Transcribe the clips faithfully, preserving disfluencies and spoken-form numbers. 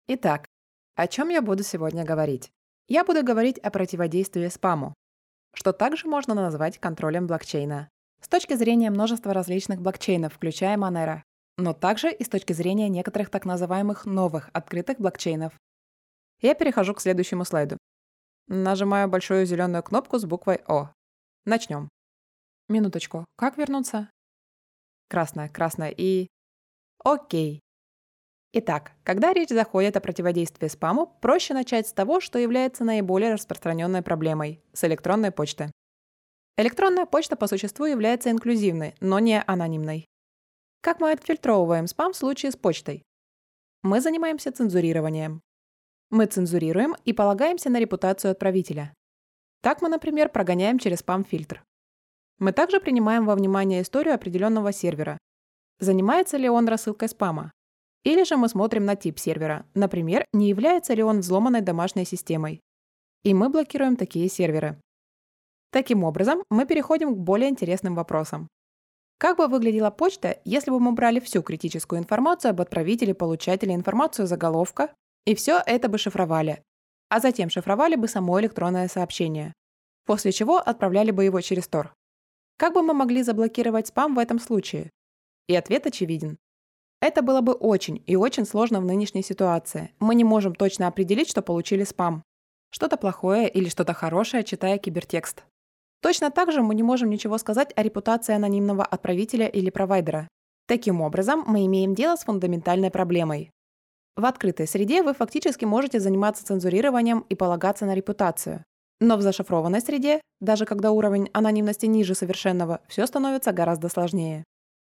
Итак, о чем я буду сегодня говорить? Я буду говорить о противодействии спаму, что также можно назвать контролем блокчейна. С точки зрения множества различных блокчейнов, включая Monero, но также и с точки зрения некоторых так называемых новых открытых блокчейнов. Я перехожу к следующему слайду. Нажимаю большую зеленую кнопку с буквой О. Начнем. Минуточку. Как вернуться? Красная, красная и... Окей. Итак, когда речь заходит о противодействии спаму, проще начать с того, что является наиболее распространенной проблемой – с электронной почты. Электронная почта по существу является инклюзивной, но не анонимной. Как мы отфильтровываем спам в случае с почтой? Мы занимаемся цензурированием. Мы цензурируем и полагаемся на репутацию отправителя. Так мы, например, прогоняем через спам-фильтр. Мы также принимаем во внимание историю определенного сервера. Занимается ли он рассылкой спама? Или же мы смотрим на тип сервера, например, не является ли он взломанной домашней системой. И мы блокируем такие серверы. Таким образом, мы переходим к более интересным вопросам. Как бы выглядела почта, если бы мы брали всю критическую информацию об отправителе, получателе, информацию заголовка, и все это бы шифровали, а затем шифровали бы само электронное сообщение, после чего отправляли бы его через Тор? Как бы мы могли заблокировать спам в этом случае? И ответ очевиден. Это было бы очень и очень сложно в нынешней ситуации. Мы не можем точно определить, что получили спам. Что-то плохое или что-то хорошее, читая кибертекст. Точно так же мы не можем ничего сказать о репутации анонимного отправителя или провайдера. Таким образом, мы имеем дело с фундаментальной проблемой. В открытой среде вы фактически можете заниматься цензурированием и полагаться на репутацию. Но в зашифрованной среде, даже когда уровень анонимности ниже совершенного, все становится гораздо сложнее.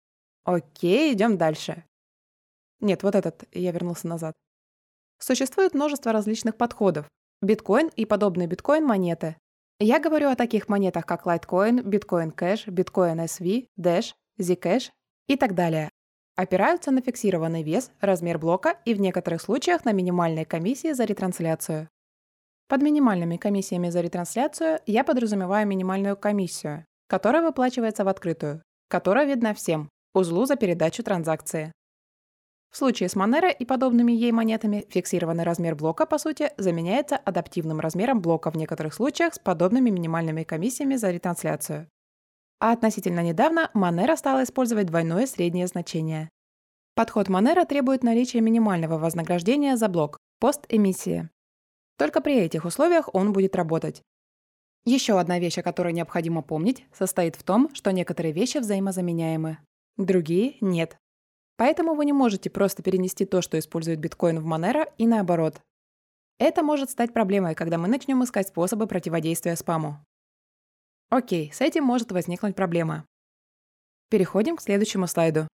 Окей, идем дальше. Нет, вот этот, я вернулся назад. Существует множество различных подходов. Биткоин и подобные биткоин-монеты. Я говорю о таких монетах, как Litecoin, Bitcoin Cash, Bitcoin эс ви, Dash, Zcash и так далее. Опираются на фиксированный вес, размер блока и в некоторых случаях на минимальные комиссии за ретрансляцию. Под минимальными комиссиями за ретрансляцию я подразумеваю минимальную комиссию, которая выплачивается в открытую, которая видна всем, узлу за передачу транзакции. В случае с Monero и подобными ей монетами фиксированный размер блока, по сути, заменяется адаптивным размером блока в некоторых случаях с подобными минимальными комиссиями за ретрансляцию. А относительно недавно Monero стала использовать двойное среднее значение. Подход Monero требует наличия минимального вознаграждения за блок, пост-эмиссии. Только при этих условиях он будет работать. Еще одна вещь, о которой необходимо помнить, состоит в том, что некоторые вещи взаимозаменяемы, другие – нет. Поэтому вы не можете просто перенести то, что использует биткоин в Monero, и наоборот. Это может стать проблемой, когда мы начнем искать способы противодействия спаму. Окей, с этим может возникнуть проблема. Переходим к следующему слайду.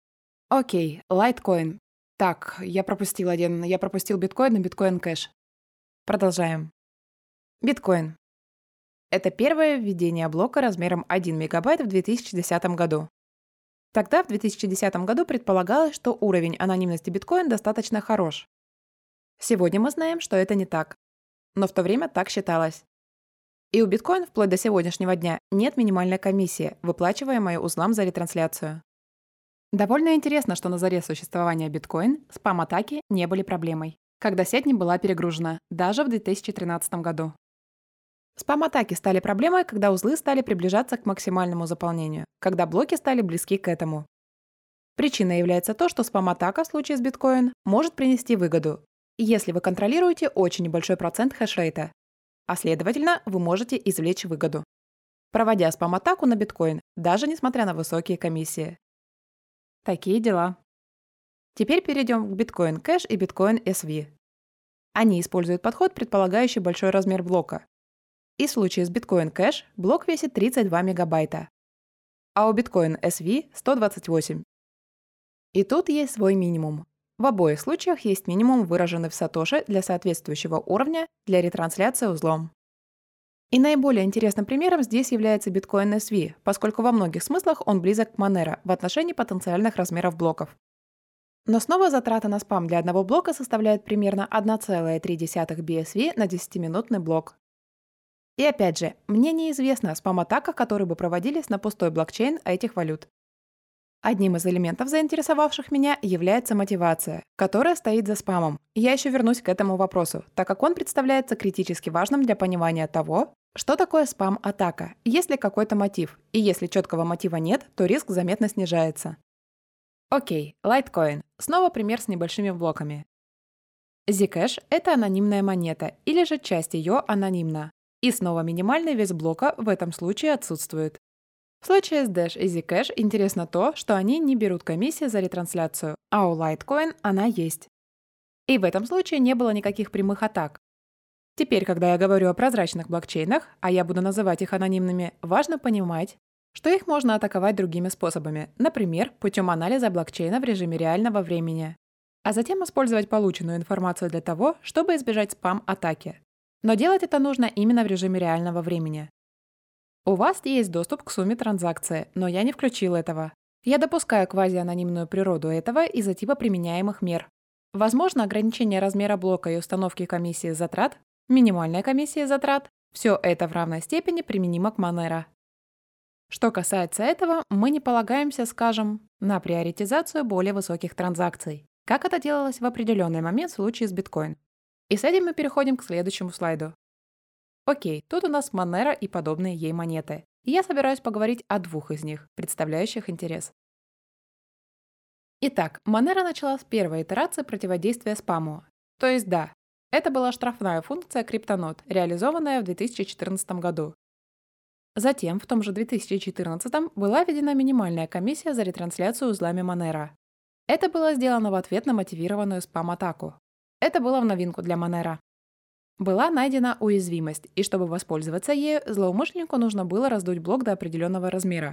Окей, Litecoin. Так, я пропустил один, я пропустил биткоин и биткоин кэш. Продолжаем. Биткоин. Это первое введение блока размером один мегабайт в две тысячи десятом году. Тогда, в две тысячи десятом году, предполагалось, что уровень анонимности биткоин достаточно хорош. Сегодня мы знаем, что это не так. Но в то время так считалось. И у биткоин вплоть до сегодняшнего дня нет минимальной комиссии, выплачиваемой узлам за ретрансляцию. Довольно интересно, что на заре существования биткоин спам-атаки не были проблемой, когда сеть не была перегружена, даже в две тысячи тринадцатом году. Спам-атаки стали проблемой, когда узлы стали приближаться к максимальному заполнению, когда блоки стали близки к этому. Причиной является то, что спам-атака в случае с биткоин может принести выгоду, если вы контролируете очень небольшой процент хешрейта, а следовательно, вы можете извлечь выгоду, проводя спам-атаку на биткоин, даже несмотря на высокие комиссии. Такие дела. Теперь перейдем к Bitcoin Cash и Bitcoin эс ви. Они используют подход, предполагающий большой размер блока. И в случае с Bitcoin Cash блок весит тридцать два мегабайта, а у Bitcoin эс ви сто двадцать восемь. И тут есть свой минимум. В обоих случаях есть минимум, выраженный в сатоши для соответствующего уровня для ретрансляции узлом. И наиболее интересным примером здесь является Bitcoin эс ви, поскольку во многих смыслах он близок к Monero в отношении потенциальных размеров блоков. Но снова затраты на спам для одного блока составляют примерно одна целая три десятых би эс ви на десятиминутный блок. И опять же, мне неизвестно о спам-атаках, которые бы проводились на пустой блокчейн этих валют. Одним из элементов, заинтересовавших меня, является мотивация, которая стоит за спамом. И я еще вернусь к этому вопросу, так как он представляется критически важным для понимания того, что такое спам-атака, есть ли какой-то мотив, и если четкого мотива нет, то риск заметно снижается. Окей, Litecoin. Снова пример с небольшими блоками. Zcash – это анонимная монета, или же часть ее анонимна. И снова минимальный вес блока в этом случае отсутствует. В случае с Dash и Zcash интересно то, что они не берут комиссии за ретрансляцию, а у Litecoin она есть. И в этом случае не было никаких прямых атак. Теперь, когда я говорю о прозрачных блокчейнах, а я буду называть их анонимными, важно понимать, что их можно атаковать другими способами, например, путем анализа блокчейна в режиме реального времени, а затем использовать полученную информацию для того, чтобы избежать спам-атаки. Но делать это нужно именно в режиме реального времени. У вас есть доступ к сумме транзакции, но я не включил этого. Я допускаю квазианонимную природу этого из-за типа применяемых мер. Возможно, ограничение размера блока и установки комиссии затрат, минимальная комиссия затрат, все это в равной степени применимо к Monero. Что касается этого, мы не полагаемся, скажем, на приоритизацию более высоких транзакций, как это делалось в определенный момент в случае с биткоин. И с этим мы переходим к следующему слайду. Окей, тут у нас Monero и подобные ей монеты. И я собираюсь поговорить о двух из них, представляющих интерес. Итак, Monero начала с первой итерации противодействия спаму. То есть да, это была штрафная функция CryptoNote, реализованная в две тысячи четырнадцатом году. Затем, в том же две тысячи четырнадцатом, была введена минимальная комиссия за ретрансляцию узлами Monero. Это было сделано в ответ на мотивированную спам-атаку. Это было в новинку для Monero. Была найдена уязвимость, и чтобы воспользоваться ею, злоумышленнику нужно было раздуть блок до определенного размера.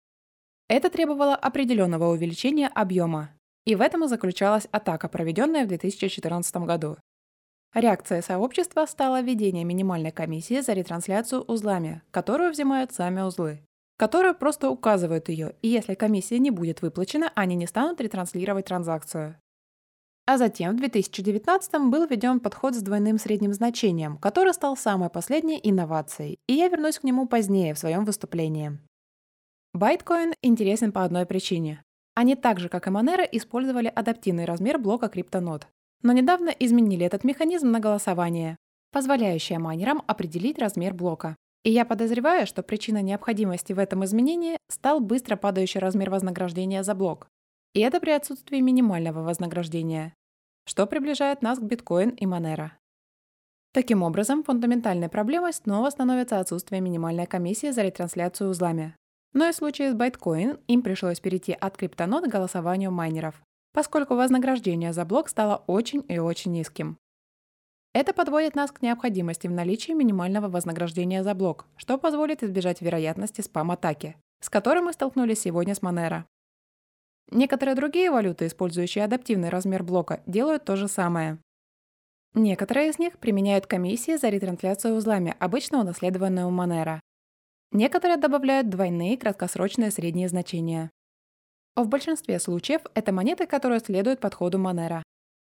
Это требовало определенного увеличения объема, и в этом и заключалась атака, проведенная в две тысячи четырнадцатом году. Реакцией сообщества стало введение минимальной комиссии за ретрансляцию узлами, которую взимают сами узлы, которые просто указывают ее, и если комиссия не будет выплачена, они не станут ретранслировать транзакцию. А затем в две тысячи девятнадцатом был введен подход с двойным средним значением, который стал самой последней инновацией, и я вернусь к нему позднее в своем выступлении. Bytecoin интересен по одной причине. Они так же, как и Monero, использовали адаптивный размер блока CryptoNote, но недавно изменили этот механизм на голосование, позволяющее майнерам определить размер блока. И я подозреваю, что причиной необходимости в этом изменении стал быстро падающий размер вознаграждения за блок. И это при отсутствии минимального вознаграждения, что приближает нас к биткоин и Monero. Таким образом, фундаментальной проблемой снова становится отсутствие минимальной комиссии за ретрансляцию узлами. Но и в случае с Bytecoin им пришлось перейти от CryptoNote к голосованию майнеров, поскольку вознаграждение за блок стало очень и очень низким. Это подводит нас к необходимости в наличии минимального вознаграждения за блок, что позволит избежать вероятности спам-атаки, с которой мы столкнулись сегодня с Monero. Некоторые другие валюты, использующие адаптивный размер блока, делают то же самое. Некоторые из них применяют комиссии за ретрансляцию узлами, обычно унаследованные у Monero. Некоторые добавляют двойные краткосрочные средние значения. В большинстве случаев это монеты, которые следуют подходу Monero.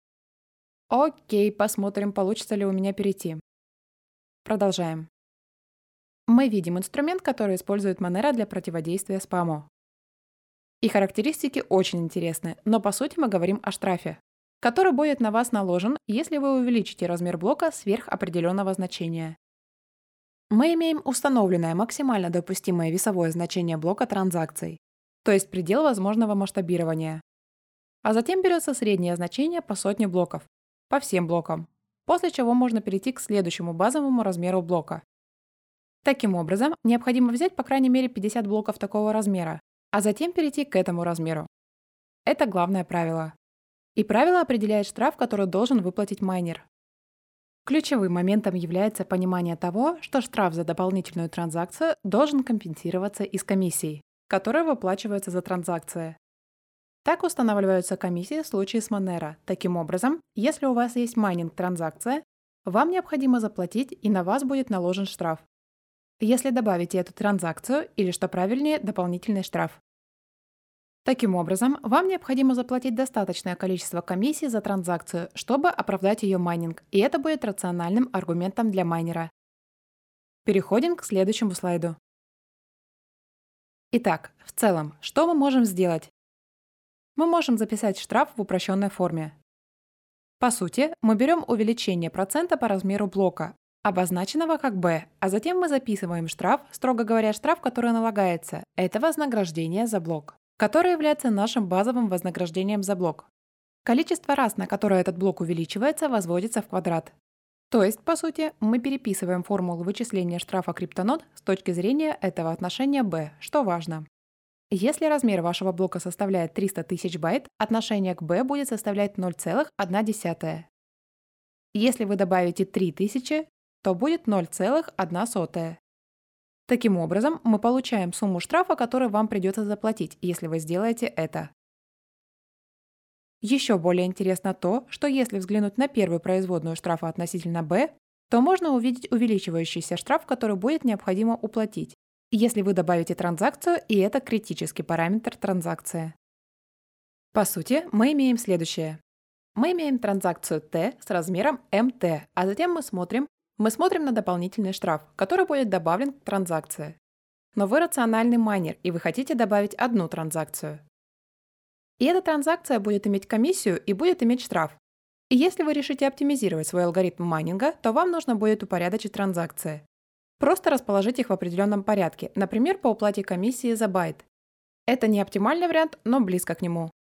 Окей, посмотрим, получится ли у меня перейти. Продолжаем. Мы видим инструмент, который использует Monero для противодействия спаму. И характеристики очень интересны, но по сути мы говорим о штрафе, который будет на вас наложен, если вы увеличите размер блока сверх определенного значения. Мы имеем установленное максимально допустимое весовое значение блока транзакций, то есть предел возможного масштабирования. А затем берется среднее значение по сотне блоков, по всем блокам, после чего можно перейти к следующему базовому размеру блока. Таким образом, необходимо взять по крайней мере пятьдесят блоков такого размера, а затем перейти к этому размеру. Это главное правило. И правило определяет штраф, который должен выплатить майнер. Ключевым моментом является понимание того, что штраф за дополнительную транзакцию должен компенсироваться из комиссий, которые выплачиваются за транзакции. Так устанавливаются комиссии в случае с Monero. Таким образом, если у вас есть майнинг-транзакция, вам необходимо заплатить, и на вас будет наложен штраф, если добавите эту транзакцию, или, что правильнее, дополнительный штраф. Таким образом, вам необходимо заплатить достаточное количество комиссий за транзакцию, чтобы оправдать ее майнинг, и это будет рациональным аргументом для майнера. Переходим к следующему слайду. Итак, в целом, что мы можем сделать? мы можем записать штраф в упрощенной форме. По сути, мы берем увеличение процента по размеру блока, обозначенного как b, а затем мы записываем штраф, строго говоря, штраф, который налагается. Это вознаграждение за блок, которое является нашим базовым вознаграждением за блок. Количество раз, на которое этот блок увеличивается, возводится в квадрат. То есть, по сути, мы переписываем формулу вычисления штрафа криптонод с точки зрения этого отношения b, что важно. Если размер вашего блока составляет триста тысяч байт, отношение к b будет составлять ноль целых одна десятая. Если вы добавите три тысячи, то будет ноль целых одна сотая. Таким образом, мы получаем сумму штрафа, который вам придется заплатить, если вы сделаете это. Еще более интересно то, что если взглянуть на первую производную штрафа относительно b, то можно увидеть увеличивающийся штраф, который будет необходимо уплатить, если вы добавите транзакцию, и это критический параметр транзакции. По сути, мы имеем следующее. Мы имеем транзакцию t с размером mt, а затем мы смотрим, мы смотрим на дополнительный штраф, который будет добавлен к транзакции. Но вы рациональный майнер, и вы хотите добавить одну транзакцию. И эта транзакция будет иметь комиссию и будет иметь штраф. И если вы решите оптимизировать свой алгоритм майнинга, то вам нужно будет упорядочить транзакции. Просто расположить их в определенном порядке, например, по уплате комиссии за байт. Это не оптимальный вариант, но близко к нему.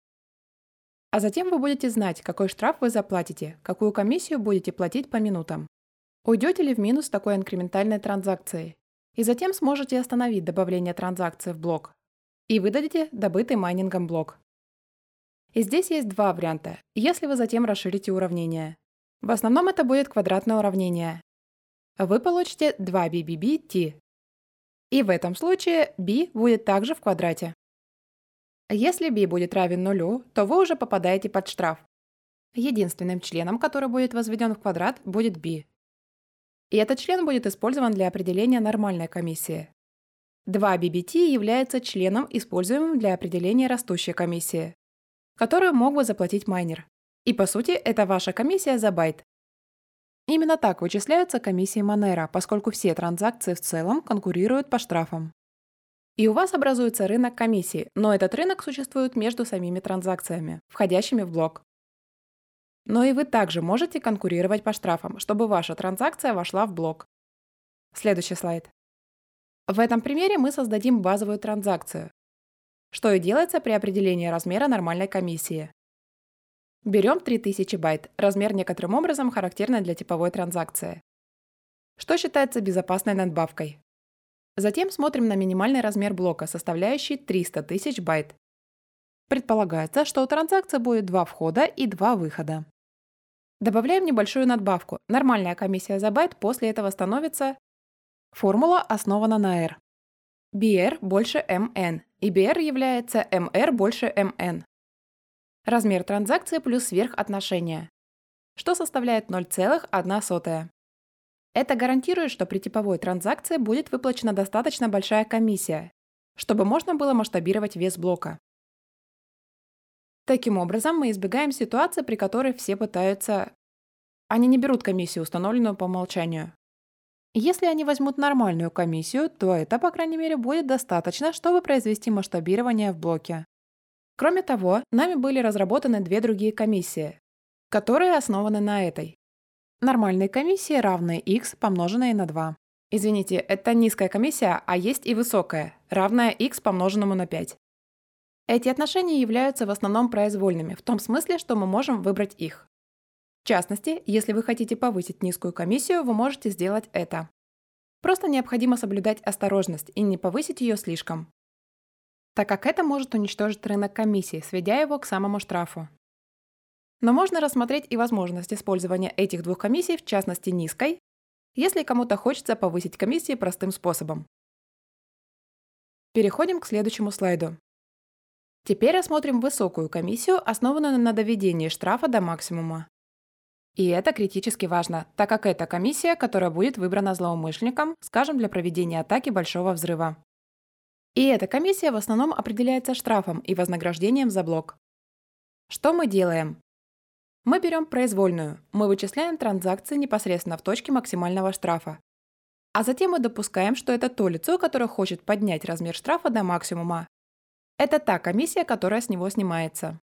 А затем вы будете знать, какой штраф вы заплатите, какую комиссию будете платить по минутам. Уйдете ли в минус с такой инкрементальной транзакцией? И затем сможете остановить добавление транзакции в блок. И выдадите добытый майнингом блок. И здесь есть два варианта, если вы затем расширите уравнение. В основном это будет квадратное уравнение. Вы получите два би би би ти. И в этом случае b будет также в квадрате. Если b будет равен нулю, то вы уже попадаете под штраф. Единственным членом, который будет возведен в квадрат, будет b. И этот член будет использован для определения нормальной комиссии. два би би ти является членом, используемым для определения растущей комиссии, которую мог бы заплатить майнер. И по сути, это ваша комиссия за байт. Именно так вычисляются комиссии Monero, поскольку все транзакции в целом конкурируют по штрафам. И у вас образуется рынок комиссий, но этот рынок существует между самими транзакциями, входящими в блок. Но и вы также можете конкурировать по штрафам, чтобы ваша транзакция вошла в блок. Следующий слайд. В этом примере мы создадим базовую транзакцию, что и делается при определении размера нормальной комиссии. Берем три тысячи байт, размер некоторым образом характерный для типовой транзакции, что считается безопасной надбавкой. Затем смотрим на минимальный размер блока, составляющий триста тысяч байт. Предполагается, что у транзакции будет два входа и два выхода. Добавляем небольшую надбавку. Нормальная комиссия за байт после этого становится... Формула основана на R. би ар больше эм эн, и би ар является эм эр больше эм эн. Размер транзакции плюс сверхотношение, что составляет ноль целых одна сотая. Это гарантирует, что при типовой транзакции будет выплачена достаточно большая комиссия, чтобы можно было масштабировать вес блока. Таким образом, мы избегаем ситуации, при которой все пытаются... Они не берут комиссию, установленную по умолчанию. Если они возьмут нормальную комиссию, то это, по крайней мере, будет достаточно, чтобы произвести масштабирование в блоке. Кроме того, нами были разработаны две другие комиссии, которые основаны на этой. Нормальные комиссии равны x, помноженные на два. Извините, это низкая комиссия, а есть и высокая, равная x помноженному на пять. Эти отношения являются в основном произвольными, в том смысле, что мы можем выбрать их. В частности, если вы хотите повысить низкую комиссию, вы можете сделать это. Просто необходимо соблюдать осторожность и не повысить ее слишком, так как это может уничтожить рынок комиссий, сведя его к самому штрафу. Но можно рассмотреть и возможность использования этих двух комиссий, в частности низкой, если кому-то хочется повысить комиссии простым способом. Переходим к следующему слайду. Теперь рассмотрим высокую комиссию, основанную на доведении штрафа до максимума. И это критически важно, так как это комиссия, которая будет выбрана злоумышленником, скажем, для проведения атаки большого взрыва. И эта комиссия в основном определяется штрафом и вознаграждением за блок. Что мы делаем? Мы берем произвольную, мы вычисляем транзакции непосредственно в точке максимального штрафа. А затем мы допускаем, что это то лицо, которое хочет поднять размер штрафа до максимума. Это та комиссия, которая с него снимается.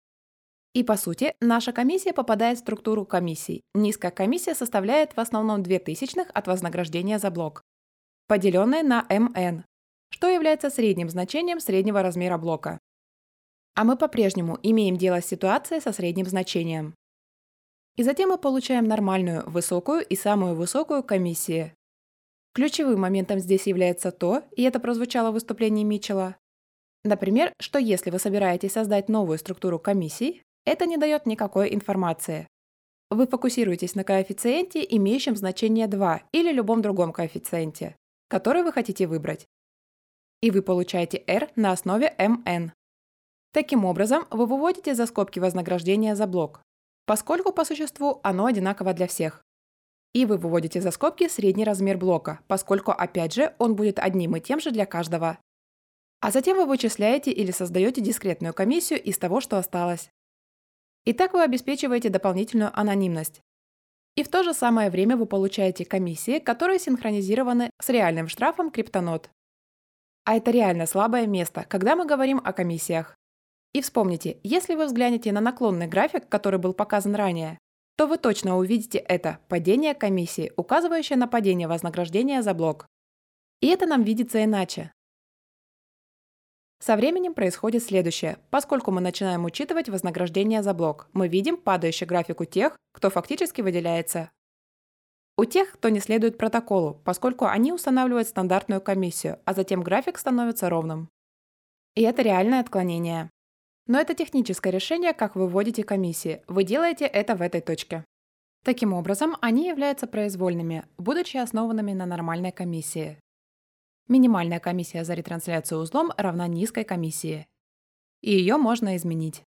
И по сути, наша комиссия попадает в структуру комиссий. Низкая комиссия составляет в основном две тысячных от вознаграждения за блок, поделенное на эм эн, что является средним значением среднего размера блока. А мы по-прежнему имеем дело с ситуацией со средним значением. И затем мы получаем нормальную, высокую и самую высокую комиссии. Ключевым моментом здесь является то, и это прозвучало в выступлении Митчелла, например, что если вы собираетесь создать новую структуру комиссий, это не дает никакой информации. Вы фокусируетесь на коэффициенте, имеющем значение два, или любом другом коэффициенте, который вы хотите выбрать. И вы получаете R на основе эм эн. Таким образом, вы выводите за скобки вознаграждение за блок, поскольку по существу оно одинаково для всех. И вы выводите за скобки средний размер блока, поскольку, опять же, он будет одним и тем же для каждого. А затем вы вычисляете или создаете дискретную комиссию из того, что осталось. И так вы обеспечиваете дополнительную анонимность. И в то же самое время вы получаете комиссии, которые синхронизированы с реальным штрафом криптонод. А это реально слабое место, когда мы говорим о комиссиях. И вспомните, если вы взглянете на наклонный график, который был показан ранее, то вы точно увидите это падение комиссии, указывающее на падение вознаграждения за блок. И это нам видится иначе. Со временем происходит следующее. Поскольку мы начинаем учитывать вознаграждение за блок, мы видим падающий график у тех, кто фактически выделяется. У тех, кто не следует протоколу, поскольку они устанавливают стандартную комиссию, а затем график становится ровным. И это реальное отклонение. Но это техническое решение, как вы вводите комиссии. Вы делаете это в этой точке. Таким образом, они являются произвольными, будучи основанными на нормальной комиссии. Минимальная комиссия за ретрансляцию узлом равна низкой комиссии. И ее можно изменить.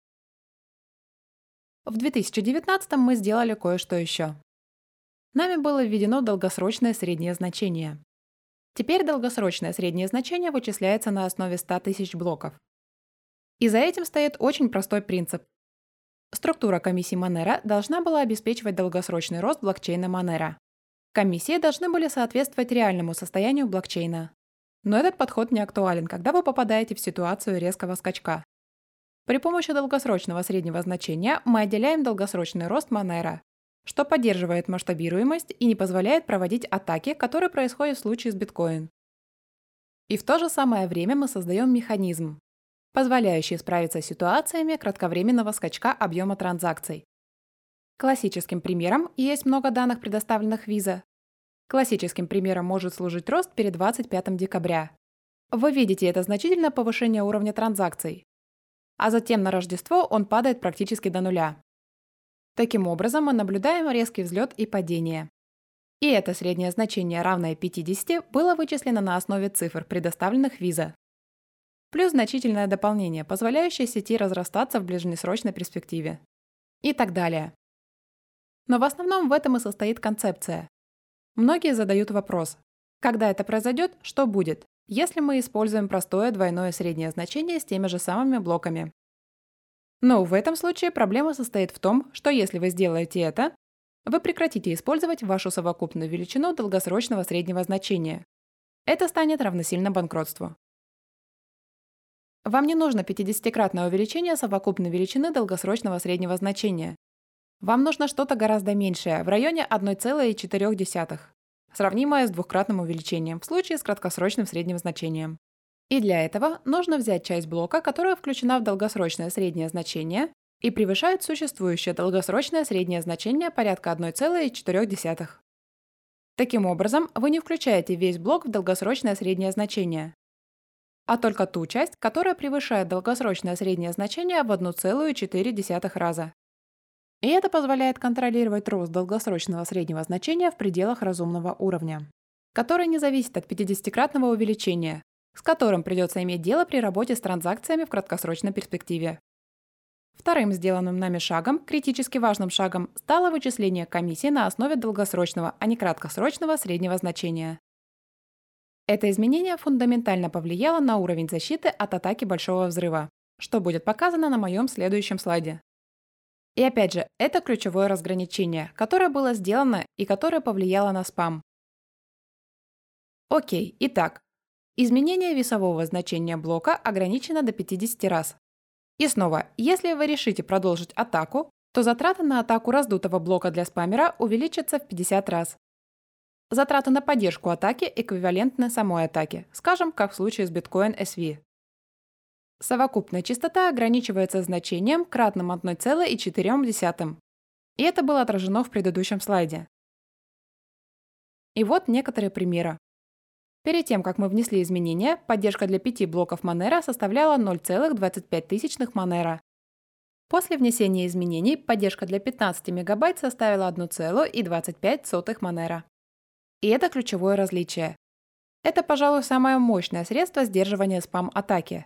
В две тысячи девятнадцатом мы сделали кое-что еще. Нами было введено долгосрочное среднее значение. Теперь долгосрочное среднее значение вычисляется на основе ста тысяч блоков. И за этим стоит очень простой принцип. Структура комиссий Monero должна была обеспечивать долгосрочный рост блокчейна Monero. Комиссии должны были соответствовать реальному состоянию блокчейна. Но этот подход не актуален, когда вы попадаете в ситуацию резкого скачка. При помощи долгосрочного среднего значения мы отделяем долгосрочный рост Monero, что поддерживает масштабируемость и не позволяет проводить атаки, которые происходят в случае с биткоин. И в то же самое время мы создаем механизм, позволяющий справиться с ситуациями кратковременного скачка объема транзакций. Классическим примером, и есть много данных, предоставленных Visa, классическим примером может служить рост перед двадцать пятым декабря. Вы видите это значительное повышение уровня транзакций, а затем на Рождество он падает практически до нуля. Таким образом, мы наблюдаем резкий взлет и падение. И это среднее значение, равное пятидесяти, было вычислено на основе цифр, предоставленных Visa. Плюс значительное дополнение, позволяющее сети разрастаться в ближнесрочной перспективе. И так далее. Но в основном в этом и состоит концепция. Многие задают вопрос, когда это произойдет, что будет, если мы используем простое двойное среднее значение с теми же самыми блоками. Но в этом случае проблема состоит в том, что если вы сделаете это, вы прекратите использовать вашу совокупную величину долгосрочного среднего значения. Это станет равносильно банкротству. Вам не нужно пятидесятикратное увеличение совокупной величины долгосрочного среднего значения. Вам нужно что-то гораздо меньшее, в районе одной целой четырёх десятых, сравнимое с двукратным увеличением в случае с краткосрочным средним значением. И для этого нужно взять часть блока, которая включена в долгосрочное среднее значение и превышает существующее долгосрочное среднее значение порядка одной целой четырёх десятых. Таким образом, вы не включаете весь блок в долгосрочное среднее значение, а только ту часть, которая превышает долгосрочное среднее значение в одну целую четыре десятых раза. И это позволяет контролировать рост долгосрочного среднего значения в пределах разумного уровня, который не зависит от пятидесятикратного увеличения, с которым придется иметь дело при работе с транзакциями в краткосрочной перспективе. Вторым сделанным нами шагом, критически важным шагом, стало вычисление комиссии на основе долгосрочного, а не краткосрочного среднего значения. Это изменение фундаментально повлияло на уровень защиты от атаки большого взрыва, что будет показано на моем следующем слайде. И опять же, это ключевое разграничение, которое было сделано и которое повлияло на спам. Окей, итак, изменение весового значения блока ограничено до пятидесяти раз. И снова, если вы решите продолжить атаку, то затраты на атаку раздутого блока для спамера увеличатся в пятьдесят раз. Затраты на поддержку атаки эквивалентны самой атаке, скажем, как в случае с биткоин эс ви. Совокупная частота ограничивается значением кратным одной целой четырёх десятых. И это было отражено в предыдущем слайде. И вот некоторые примеры. Перед тем, как мы внесли изменения, поддержка для пяти блоков Monero составляла ноль целых двадцать пять тысячных Monero. После внесения изменений поддержка для пятнадцати мегабайт составила одну целую двадцать пять сотых Monero. И это ключевое различие. Это, пожалуй, самое мощное средство сдерживания спам-атаки.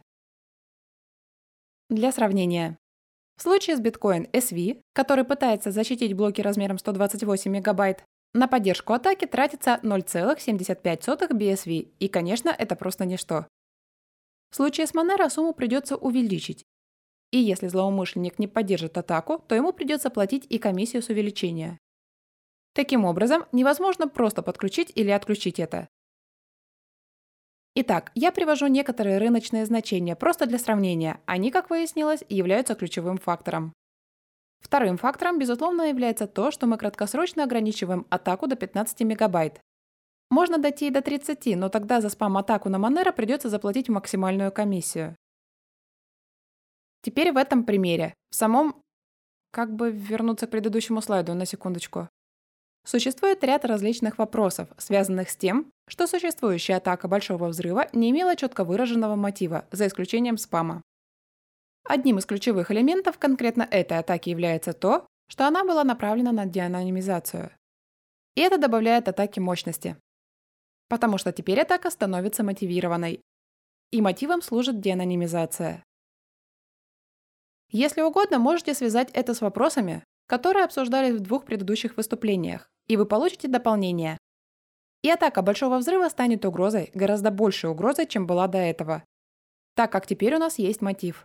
Для сравнения. В случае с биткоин эс ви, который пытается защитить блоки размером сто двадцать восемь мегабайт, на поддержку атаки тратится ноль целых семьдесят пять сотых би эс ви, и, конечно, это просто ничто. В случае с Monero сумму придется увеличить. И если злоумышленник не поддержит атаку, то ему придется платить и комиссию с увеличения. Таким образом, невозможно просто подключить или отключить это. Итак, я привожу некоторые рыночные значения просто для сравнения. Они, как выяснилось, являются ключевым фактором. Вторым фактором, безусловно, является то, что мы краткосрочно ограничиваем атаку до пятнадцати мегабайт. Можно дойти и до тридцати, но тогда за спам-атаку на Monero придется заплатить максимальную комиссию. Теперь в этом примере, в самом... Как бы вернуться к предыдущему слайду на секундочку. Существует ряд различных вопросов, связанных с тем, что существующая атака Большого взрыва не имела четко выраженного мотива, за исключением спама. Одним из ключевых элементов конкретно этой атаки является то, что она была направлена на деанонимизацию. И это добавляет атаке мощности. Потому что теперь атака становится мотивированной. И мотивом служит деанонимизация. Если угодно, можете связать это с вопросами, которые обсуждались в двух предыдущих выступлениях, и вы получите дополнение. И атака Большого взрыва станет угрозой, гораздо большей угрозой, чем была до этого, так как теперь у нас есть мотив.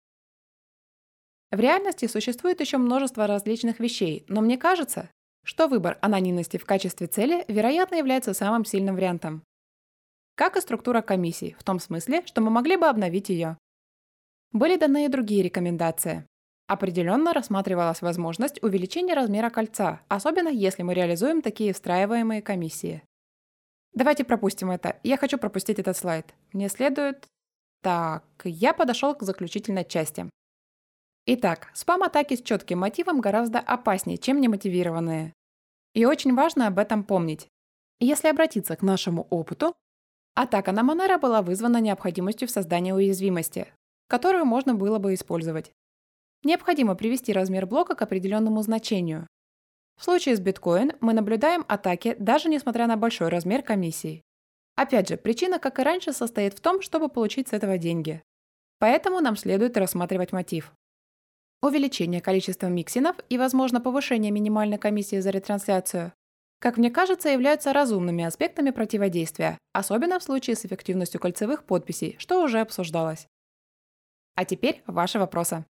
В реальности существует еще множество различных вещей, но мне кажется, что выбор анонимности в качестве цели, вероятно, является самым сильным вариантом. Как и структура комиссий, в том смысле, что мы могли бы обновить ее. Были даны и другие рекомендации. Определенно рассматривалась возможность увеличения размера кольца, особенно если мы реализуем такие встраиваемые комиссии. Давайте пропустим это. Я хочу пропустить этот слайд. Мне следует... Так, я подошел к заключительной части. Итак, спам-атаки с четким мотивом гораздо опаснее, чем немотивированные. И очень важно об этом помнить. Если обратиться к нашему опыту, атака на Monero была вызвана необходимостью в создании уязвимости, которую можно было бы использовать. Необходимо привести размер блока к определенному значению. В случае с биткоин мы наблюдаем атаки, даже несмотря на большой размер комиссий. Опять же, причина, как и раньше, состоит в том, чтобы получить с этого деньги. Поэтому нам следует рассматривать мотив. Увеличение количества миксинов и, возможно, повышение минимальной комиссии за ретрансляцию, как мне кажется, являются разумными аспектами противодействия, особенно в случае с эффективностью кольцевых подписей, что уже обсуждалось. А теперь ваши вопросы.